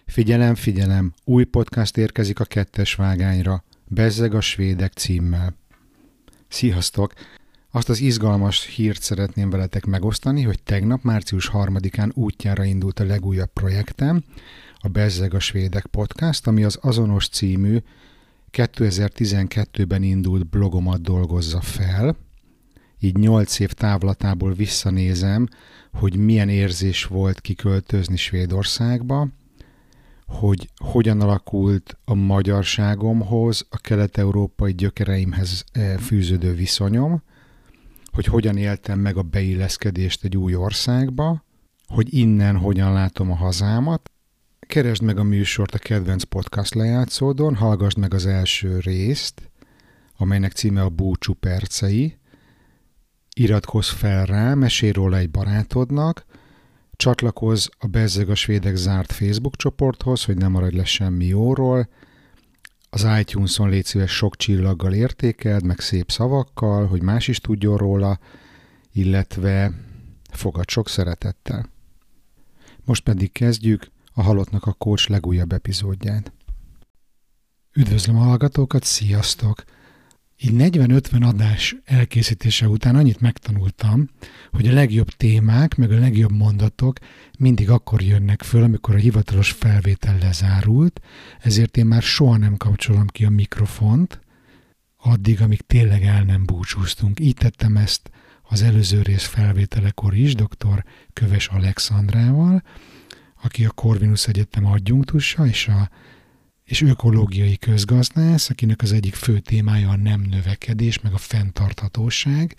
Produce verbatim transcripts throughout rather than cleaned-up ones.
Figyelem, figyelem, új podcast érkezik a kettes vágányra, Bezzeg a svédek címmel. Sziasztok! Azt az izgalmas hírt szeretném veletek megosztani, hogy tegnap, március harmadikán útjára indult a legújabb projektem, a Bezzeg a svédek podcast, ami az azonos című kétezer-tizenkettőben indult blogomat dolgozza fel. Így nyolc év távlatából visszanézem, hogy milyen érzés volt kiköltözni Svédországba, hogy hogyan alakult a magyarságomhoz, a kelet-európai gyökereimhez fűződő viszonyom, hogy hogyan éltem meg a beilleszkedést egy új országba, hogy innen hogyan látom a hazámat. Keresd meg a műsort a kedvenc podcast lejátszódon, hallgassd meg az első részt, amelynek címe a Búcsú percei, iratkozz fel rá, mesélj róla egy barátodnak, csatlakozz a Bezzeg a svédek zárt Facebook csoporthoz, hogy ne maradj le semmi jóról, az iTunes-on légy szíves sok csillaggal értékeld, meg szép szavakkal, hogy más is tudjon róla, illetve fogadj sok szeretettel. Most pedig kezdjük a Halottnak a Coach legújabb epizódját. Üdvözlöm a hallgatókat, sziasztok! Így negyven-ötven adás elkészítése után annyit megtanultam, hogy a legjobb témák, meg a legjobb mondatok mindig akkor jönnek föl, amikor a hivatalos felvétel lezárult, ezért én már soha nem kapcsolom ki a mikrofont, addig, amíg tényleg el nem búcsúztunk. Így tettem ezt az előző rész felvételekor is, dr. Köves Alexandrával, aki a Corvinus Egyetem adjunktusa, és a és ökológiai közgazdász, akinek az egyik fő témája a nem növekedés, meg a fenntarthatóság.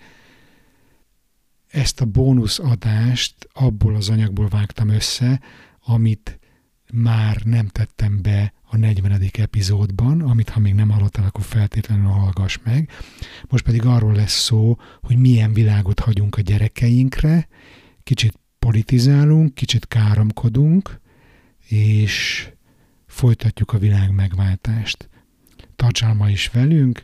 Ezt a bónuszadást abból az anyagból vágtam össze, amit már nem tettem be a negyvenedik epizódban, amit ha még nem hallottál, akkor feltétlenül hallgass meg. Most pedig arról lesz szó, hogy milyen világot hagyunk a gyerekeinkre, kicsit politizálunk, kicsit káromkodunk, és folytatjuk a világ megváltást. Tartsál ma is velünk!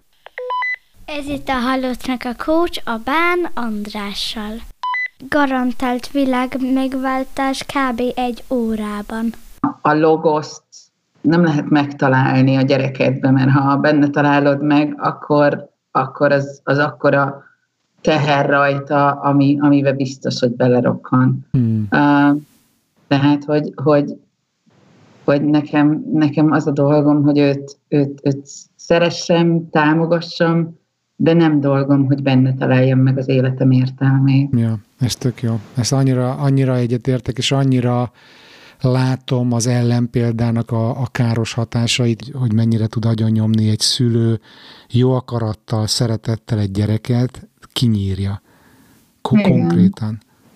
Ez itt a Halottnak a Coach a Bán Andrással. Garantált világ megváltás kb. Egy órában. A logoszt nem lehet megtalálni a gyerekedben, mert ha benne találod meg, akkor, akkor az, az akkora teher rajta, ami, amiben biztos, hogy belerokkan. Hmm. Uh, tehát, hogy, hogy hogy nekem, nekem az a dolgom, hogy őt, őt, őt szeressem, támogassam, de nem dolgom, hogy benne találjam meg az életem értelmét. Ja, ez tök jó. Ezt annyira, annyira egyetértek, és annyira látom az ellenpéldának a, a káros hatásait, hogy mennyire tud agyonnyomni egy szülő jó akarattal, szeretettel egy gyereket, kinyírja. K- konkrétan.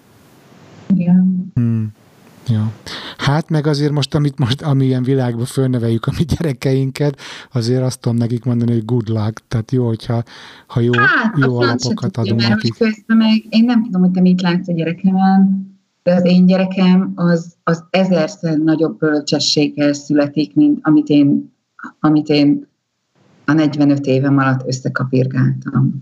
Igen. Hmm. Ja. Hát meg azért most, amit most, amilyen világban fölneveljük a mi gyerekeinket, azért azt tudom nekik mondani, hogy good luck, tehát jó, hogyha ha jó, hát, jó alapokat adunk tudja, nekik. Közben meg, én nem tudom, hogy te mit látsz a gyerekemen, de az én gyerekem az, az ezerszer nagyobb bölcsességgel születik, mint amit én, amit én a negyvenöt évem alatt összekapirgáltam.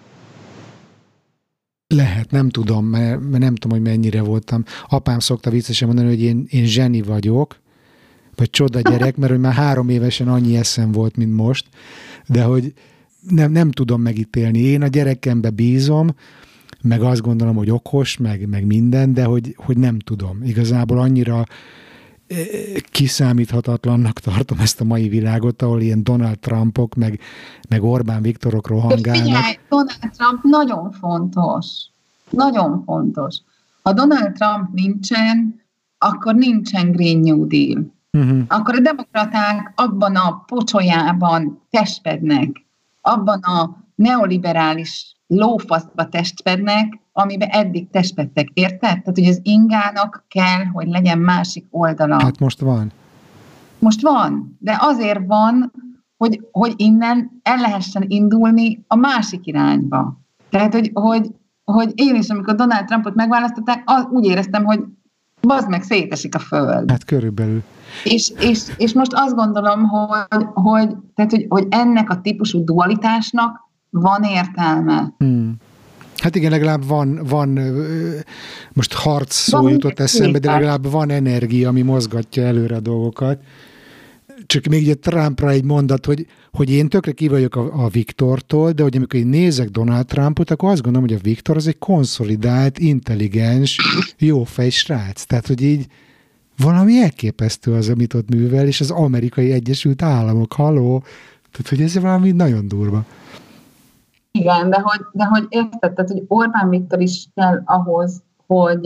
Lehet, nem tudom, mert, mert nem tudom, hogy mennyire voltam. Apám szokta viccesen mondani, hogy én, én zseni vagyok, vagy csoda gyerek, mert hogy már három évesen annyi eszem volt, mint most, de hogy nem, nem tudom megítélni. Én a gyerekembe bízom, meg azt gondolom, hogy okos, meg, meg minden, de hogy, hogy nem tudom. Igazából annyira kiszámíthatatlannak tartom ezt a mai világot, ahol ilyen Donald Trumpok, meg, meg Orbán Viktorok rohangálnak. Figyelj, Donald Trump nagyon fontos. Nagyon fontos. Ha Donald Trump nincsen, akkor nincsen Green New Deal. Uh-huh. Akkor a demokraták abban a pocsolyában testpednek, abban a neoliberális lófaszba testpednek, amiben eddig testpedtek, érted? Tehát, hogy az ingának kell, hogy legyen másik oldala. Hát most van. Most van, de azért van, hogy, hogy innen el lehessen indulni a másik irányba. Tehát, hogy, hogy, hogy én is, amikor Donald Trumpot megválasztották, az, úgy éreztem, hogy bazd meg, szétesik a föld. Hát körülbelül. És, és, és most azt gondolom, hogy, hogy, tehát, hogy, hogy ennek a típusú dualitásnak van értelme. Hmm. Hát igen, legalább van, van most harc szó van, jutott eszembe, de legalább van energia, ami mozgatja előre a dolgokat. Csak még ugye Trumpra egy mondat, hogy, hogy én tökre ki vagyok a, a Viktortól, de hogy amikor én nézek Donald Trumpot, akkor azt gondolom, hogy a Viktor az egy konszolidált, intelligens, jófej srác. Tehát, hogy így valami elképesztő az, amit ott művel, és az Amerikai Egyesült Államok, haló, tehát, hogy ez valami nagyon durva. Igen, de hogy, de hogy érted, tehát, hogy Orbán Viktor is kell ahhoz, hogy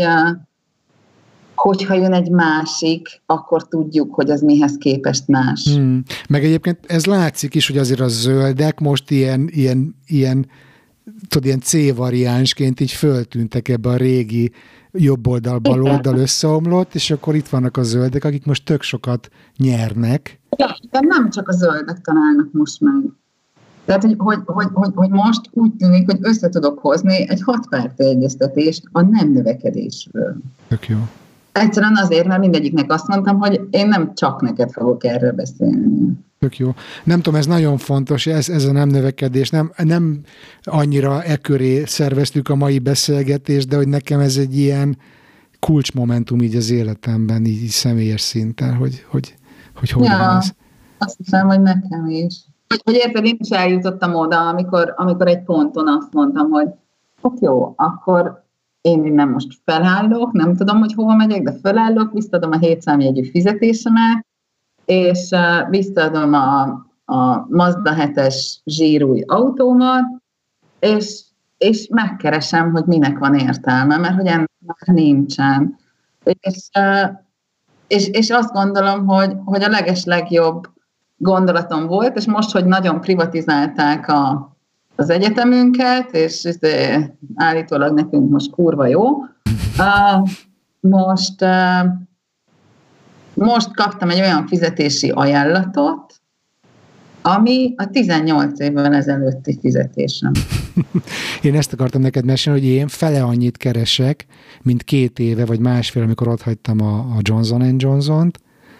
hogyha jön egy másik, akkor tudjuk, hogy az mihez képest más. Hmm. Meg egyébként ez látszik is, hogy azért a zöldek most ilyen, ilyen, ilyen, tudod, ilyen C-variánsként így föltűntek ebbe a régi jobb oldal, bal oldal összeomlott, és akkor itt vannak a zöldek, akik most tök sokat nyernek. De nem csak a zöldek találnak most meg. Tehát, hogy, hogy, hogy, hogy, hogy most úgy tűnik, hogy össze tudok hozni egy hatpárti egyeztetést a nem növekedésről. Tök jó. Egyszerűen azért, mert mindegyiknek azt mondtam, hogy én nem csak neked fogok erről beszélni. Tök jó. Nem tudom, ez nagyon fontos, ez, ez a nem növekedés. Nem, nem annyira e köré szerveztük a mai beszélgetést, de hogy nekem ez egy ilyen kulcsmomentum így az életemben, így, így személyes szinten, hogy hogy, hogy, hogy ja, van ez. Azt hiszem, hogy nekem is. Hogy, hogy érted, én is eljutottam oda, amikor, amikor egy ponton azt mondtam, hogy hát jó, akkor én innen most felállok, nem tudom, hogy hova megyek, de felállok, visszaadom a hétszámjegyű fizetésemet, és uh, visszaadom a, a Mazda hetes zsírúj autómat, és, és megkeresem, hogy minek van értelme, mert hogy ennek már nincsen. És, uh, és, és azt gondolom, hogy, hogy a legeslegjobb gondolatom volt, és most, hogy nagyon privatizálták a az egyetemünket, és állítólag nekünk most kurva jó. Uh, most, uh, most kaptam egy olyan fizetési ajánlatot, ami a tizennyolc évvel ezelőtti fizetésem. Én ezt akartam neked mesélni, hogy én fele annyit keresek, mint két éve, vagy másfél, amikor otthagytam a, a Johnson and Johnson-t,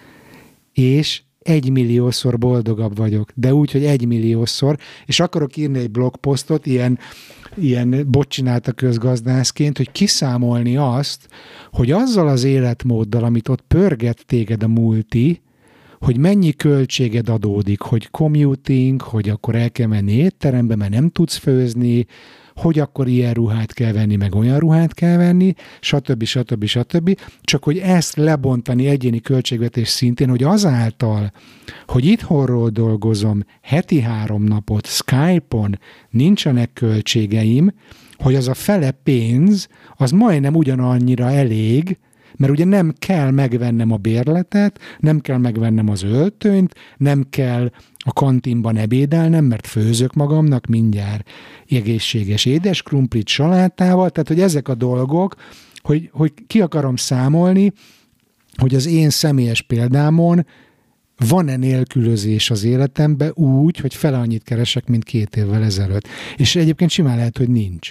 és egymilliószor boldogabb vagyok, de úgy, hogy egymilliószor, és akarok írni egy blogposztot, ilyen, ilyen bot csinálta közgazdászként, hogy kiszámolni azt, hogy azzal az életmóddal, amit ott pörget téged a multi, hogy mennyi költséged adódik, hogy commuting, hogy akkor el kell menni étterembe, mert nem tudsz főzni, hogy akkor ilyen ruhát kell venni, meg olyan ruhát kell venni, stb. stb. stb. Csak hogy ezt lebontani egyéni költségvetés szintén, hogy azáltal, hogy itthonról dolgozom heti három napot Skype-on, nincsenek költségeim, hogy az a fele pénz, az majdnem ugyanannyira elég, mert ugye nem kell megvennem a bérletet, nem kell megvennem az öltönyt, nem kell a kantinban ebédelnem, mert főzök magamnak mindjárt egészséges édeskrumplit salátával, tehát hogy ezek a dolgok, hogy, hogy ki akarom számolni, hogy az én személyes példámon van-e nélkülözés az életemben úgy, hogy fele annyit keresek, mint két évvel ezelőtt. És egyébként simán lehet, hogy nincs.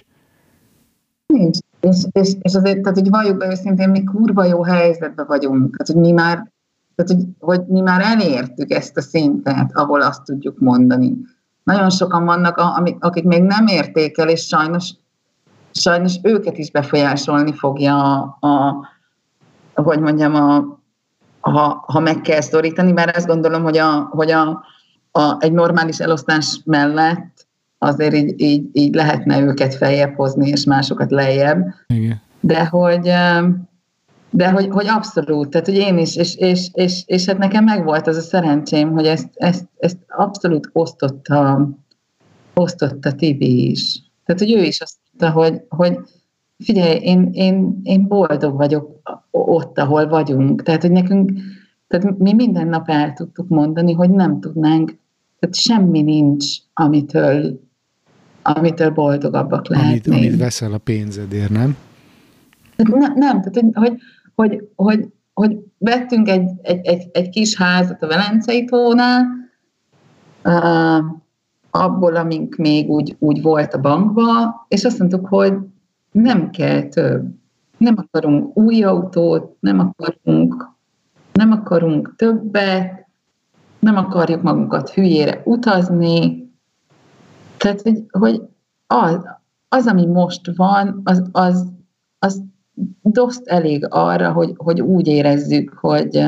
Nincs. És, és, és azért, tehát, hogy valljuk be őszintén, mi kurva jó helyzetben vagyunk. Tehát, hogy mi már, tehát, hogy, hogy mi már elértük ezt a szintet, ahol azt tudjuk mondani. Nagyon sokan vannak, akik még nem érték el, és sajnos, sajnos őket is befolyásolni fogja a, a hogy mondjam, a, ha, ha meg kell szorítani, bár azt gondolom, hogy, a, hogy a, a, egy normális elosztás mellett azért így, így, így lehetne őket feljebb hozni, és másokat lejjebb. Igen. De hogy, de hogy, hogy abszolút, tehát hogy én is, és, és, és, és hát nekem megvolt az a szerencsém, hogy ezt, ezt, ezt abszolút osztotta, osztotta Tibi is. Tehát, hogy ő is azt mondta, hogy, hogy figyelj, én, én, én boldog vagyok ott, ahol vagyunk. Tehát, hogy nekünk, tehát mi minden nap el tudtuk mondani, hogy nem tudnánk, tehát semmi nincs, amitől amitől boldogabbak lehetnénk. Amit, amit veszel a pénzedért, nem? Ne, nem, tehát hogy, hogy, hogy, hogy vettünk egy, egy, egy, egy kis házat a Velencei tónál, uh, abból, amink még úgy, úgy volt a bankba, és azt mondtuk, hogy nem kell több. Nem akarunk új autót, nem akarunk, nem akarunk többet, nem akarjuk magunkat hülyére utazni. Tehát, hogy, hogy az, az, ami most van, az, az, az doszt elég arra, hogy, hogy úgy érezzük, hogy,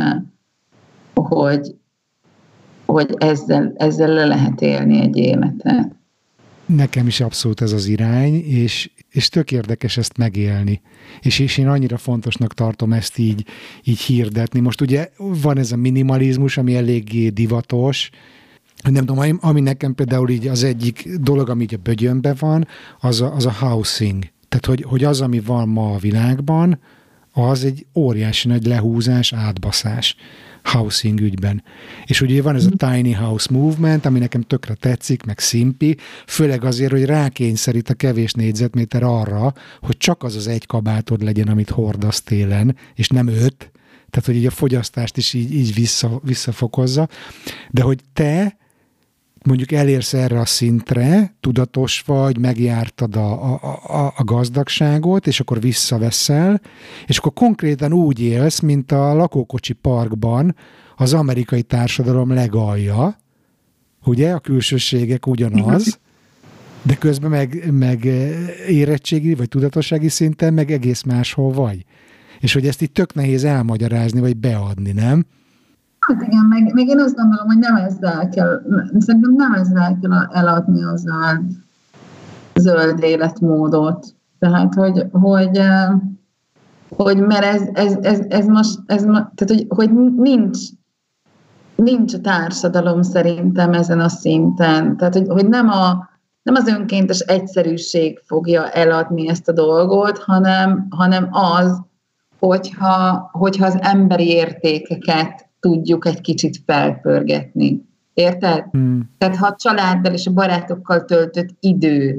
hogy, hogy ezzel, ezzel le lehet élni egy életet. Nekem is abszolút ez az irány, és, és tök érdekes ezt megélni. És, és én annyira fontosnak tartom ezt így, így hirdetni. Most ugye van ez a minimalizmus, ami eléggé divatos, nem tudom, ami nekem például így az egyik dolog, ami így a bögyönben van, az a, az a housing. Tehát, hogy, hogy az, ami van ma a világban, az egy óriási nagy lehúzás, átbaszás housing ügyben. És ugye van ez a tiny house movement, ami nekem tökre tetszik, meg szimpi, főleg azért, hogy rákényszerít a kevés négyzetméter arra, hogy csak az az egy kabátod legyen, amit hordasz télen, és nem öt, tehát, hogy így a fogyasztást is így, így vissza, visszafokozza, de hogy te mondjuk elérsz erre a szintre, tudatos vagy, megjártad a, a, a, a gazdagságot, és akkor visszaveszel, és akkor konkrétan úgy élsz, mint a lakókocsi parkban az amerikai társadalom legalja, ugye, a külsőségek ugyanaz, de közben meg, meg érettségi vagy tudatossági szinten meg egész máshol vagy. És hogy ezt így tök nehéz elmagyarázni, vagy beadni, nem? Hát igen, meg, meg én azt gondolom, hogy nem ezzel kell, szerintem nem ezzel kell eladni az a zöld életmódot. Tehát, hogy, hogy, hogy mert ez, ez, ez, ez most, ez, tehát, hogy, hogy nincs, nincs a társadalom szerintem ezen a szinten. Tehát, hogy, hogy nem, a, nem az önkéntes egyszerűség fogja eladni ezt a dolgot, hanem, hanem az, hogyha, hogyha az emberi értékeket tudjuk egy kicsit felpörgetni. Érted? Hmm. Tehát ha a családdal és a barátokkal töltött idő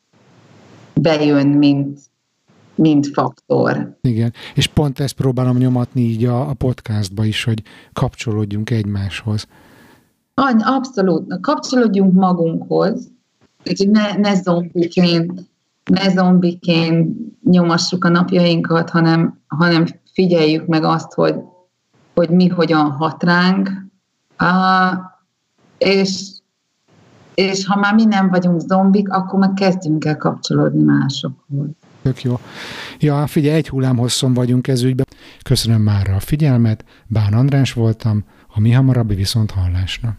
bejön, mint, mint faktor. Igen, és pont ezt próbálom nyomatni így a, a podcastba is, hogy kapcsolódjunk egymáshoz. Abszolút. Kapcsolódjunk magunkhoz, úgyhogy ne, ne zombiként, ne zombiként nyomassuk a napjainkat, hanem, hanem figyeljük meg azt, hogy hogy mi hogyan hat ránk, uh, és, és ha már mi nem vagyunk zombik, akkor meg kezdjünk el kapcsolódni másokhoz. Tök jó. Ja, figyelj, egy hullámhosszon vagyunk ez ügyben. Köszönöm már a figyelmet, Bán András voltam, a mi hamarabbi viszont hallásra.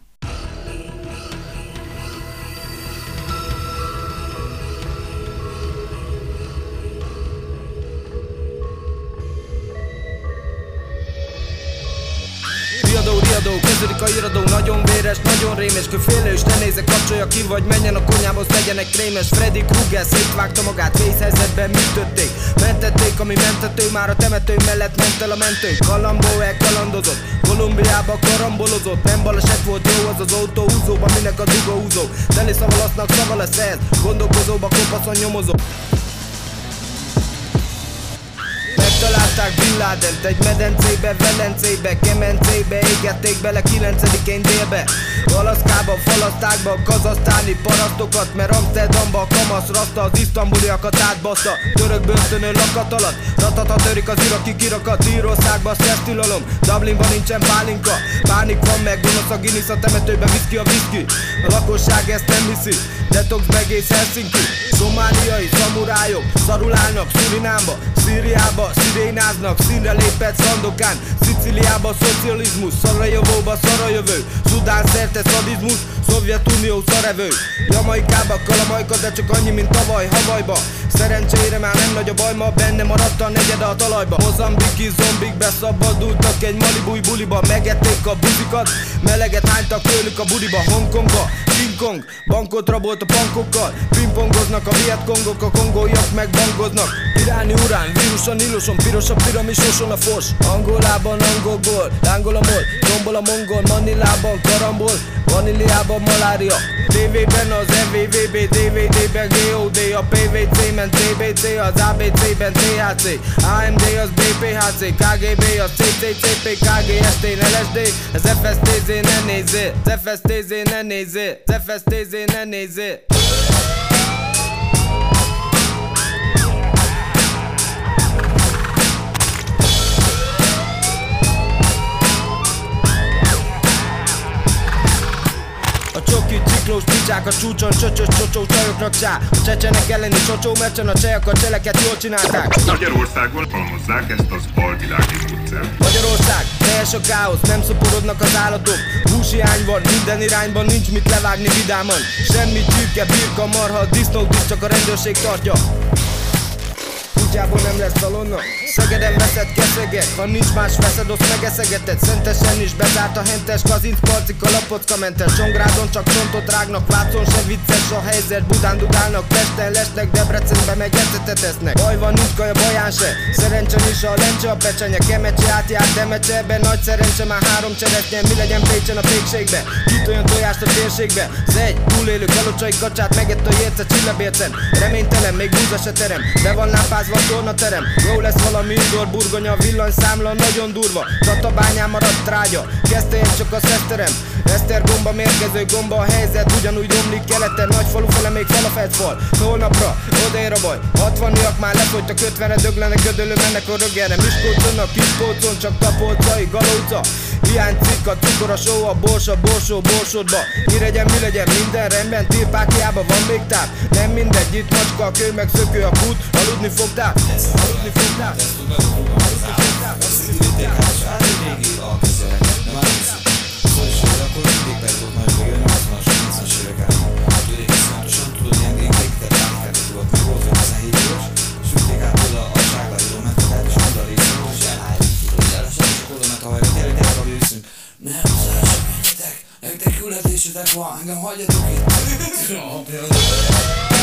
Kezdődik a iradó, nagyon véres, nagyon rémes, kő félős, ne nézze, kapcsolja ki, vagy menjen a konyhához, legyen egy krémes. Freddy Krueger szétvágta magát, vészhelyzetben műtötték. Mentették, ami mentető, már a temető mellett ment el a mentő. Kalambó elkalandozott, Kolumbiába karambolozott. Nem baleset volt, jó az az autó húzóban, minek a dugóhúzó. Teli szavalasznak szava lesz ez, gondolkozóba kopaszon nyomozó. Megtalálták Bin Ladent egy medencébe, Velencébe, Kemencébe, égették bele kilencedikén délbe. Alaszkába, falasztákba, kazasztáni parasztokat, mert Amsterdamba a kamasz raszta az isztambuliakat átbassza. Török börtönön lakat alatt, ratata törik az iraki kirakat, Írországba stressztilalom, Dublinban nincsen pálinka. Pánik van meg, gonosz a Guinness, a temetőben viszki a viszki. A lakosság ezt nem hiszi, detox begész Helsinki. Szomáliai szamurájok szarul állnak Szurinámba, Szíriába szirénáznak, színre lépett Szandokán, Sziciliába szocializmus, Szarajevóba szarajövő, Szudán szerte szadizmus, Szovjetunió szarevő, Jamaikába kalamajka, de csak annyi, mint tavaly Havajba. Szerencsére már nem nagy a baj, ma benne maradt a negyede a talajba. Mozambiki zombik beszabadultak egy malibúj buliba, megették a buzikat, meleget hánytak tőlük a budiba. Hongkongba King Kong bankot rabolt a bankokkal, pingpongoznak a vietkongok, a kongóiak meg bankoznak. Iráni urán, vírus a Níluson, piros a piramisoson a fos. Angolában angolgól, lángol a mol, tombol a mongol, Manilában karambol, Vaníliában malária. tévében az em vé vé bé, dé vé dében gé o dé, a pé vé cé-ben té bé cé, az á bé cé-ben té há cé, á em dé az bé pé há cé, ká gé bé az cé cé cé pé, ká gé es té, el es dé, az ef es té zé ne nézzé, az ef es té zé ne nézzé, az ef es té zé ne nézzé. A csoki ciklós Turisták a csúcson, csöcsös csocsó, csajoknak csá. A csecsenek elleni csocsó meccsen, a csajok a cseleket jól csinálták. Magyarországon alkalmazzák ezt az alvilági módszert. Magyarország, teljes a káosz, nem szoporodnak az állatok. Húshiány van, minden irányban, nincs mit levágni vidáman. Semmi csirke, birka, marha, disznót is csak a rendőrség tartja. Kutyából nem lesz szalonna. Szegeden veszed, keszegek, ha nincs más veszed, azt megeszegeted. Szentesen is bezárt a hentes, kazinc, parcika, lapocka mentes. Csongrádon csak csontot rágnak, Vácon se vicces a helyzet. Budán dudálnak, Pesten lesnek, Debrecenben meg ecetet esznek. Baj van, nincs kaja, baján se, szerencsen is a lencse, a pecsenye. Kemecse átjár, Demecse, ebben nagy szerencse, már három cseresznye. Mi legyen Pécsen a pékségbe, kit olyan tojást a térségbe. Zegy, túlélő kalocsai kacsát, megett a jérce csillabércen. Reménytelen, még búza se terem, be van lámpázva a tornaterem. Jó lesz valami indor, burgonya, villanyszámla nagyon durva. Tatabányán maradt trágya, kezdte én csak a szeszterem. Eszter gomba, mérgező gomba, a helyzet ugyanúgy romlik keleten. Nagy falu fele még falafetfal, holnapra odaér a baj. Hatvaniak már lefogytak, ötvenre döglenek, gödölő mennek a rögelre. Miskolcon, a Kispolcon, csak Tapolcai, Galóca. Hiány cikk, a cukor, a só, a bors, a borsó, borsodba. Mi legyen, mi legyen, minden rendben, Tilpákiában van még táp. Nem mindegy, itt macska, a kő, meg szökő a kút. Aludni fogtál, aludni fogtál, aludni fogtál. Akkor mindig be volt majd végül nyolcvanas, nyolcvanas évek át. Tudjuk iszonyatosan, tudod, ilyen gégeket, rákeket tudott, meg volt tizenhét éves. És üték át oda a ságlágyról metetet, és oda részről, és elálljunk. Tudod, jelesen, és oda ment a hajra, gyere, gyere, Gabi, üszünk. Nem, szállásra menjetek, nektek küldetésetek van, engem hagyjatok itt.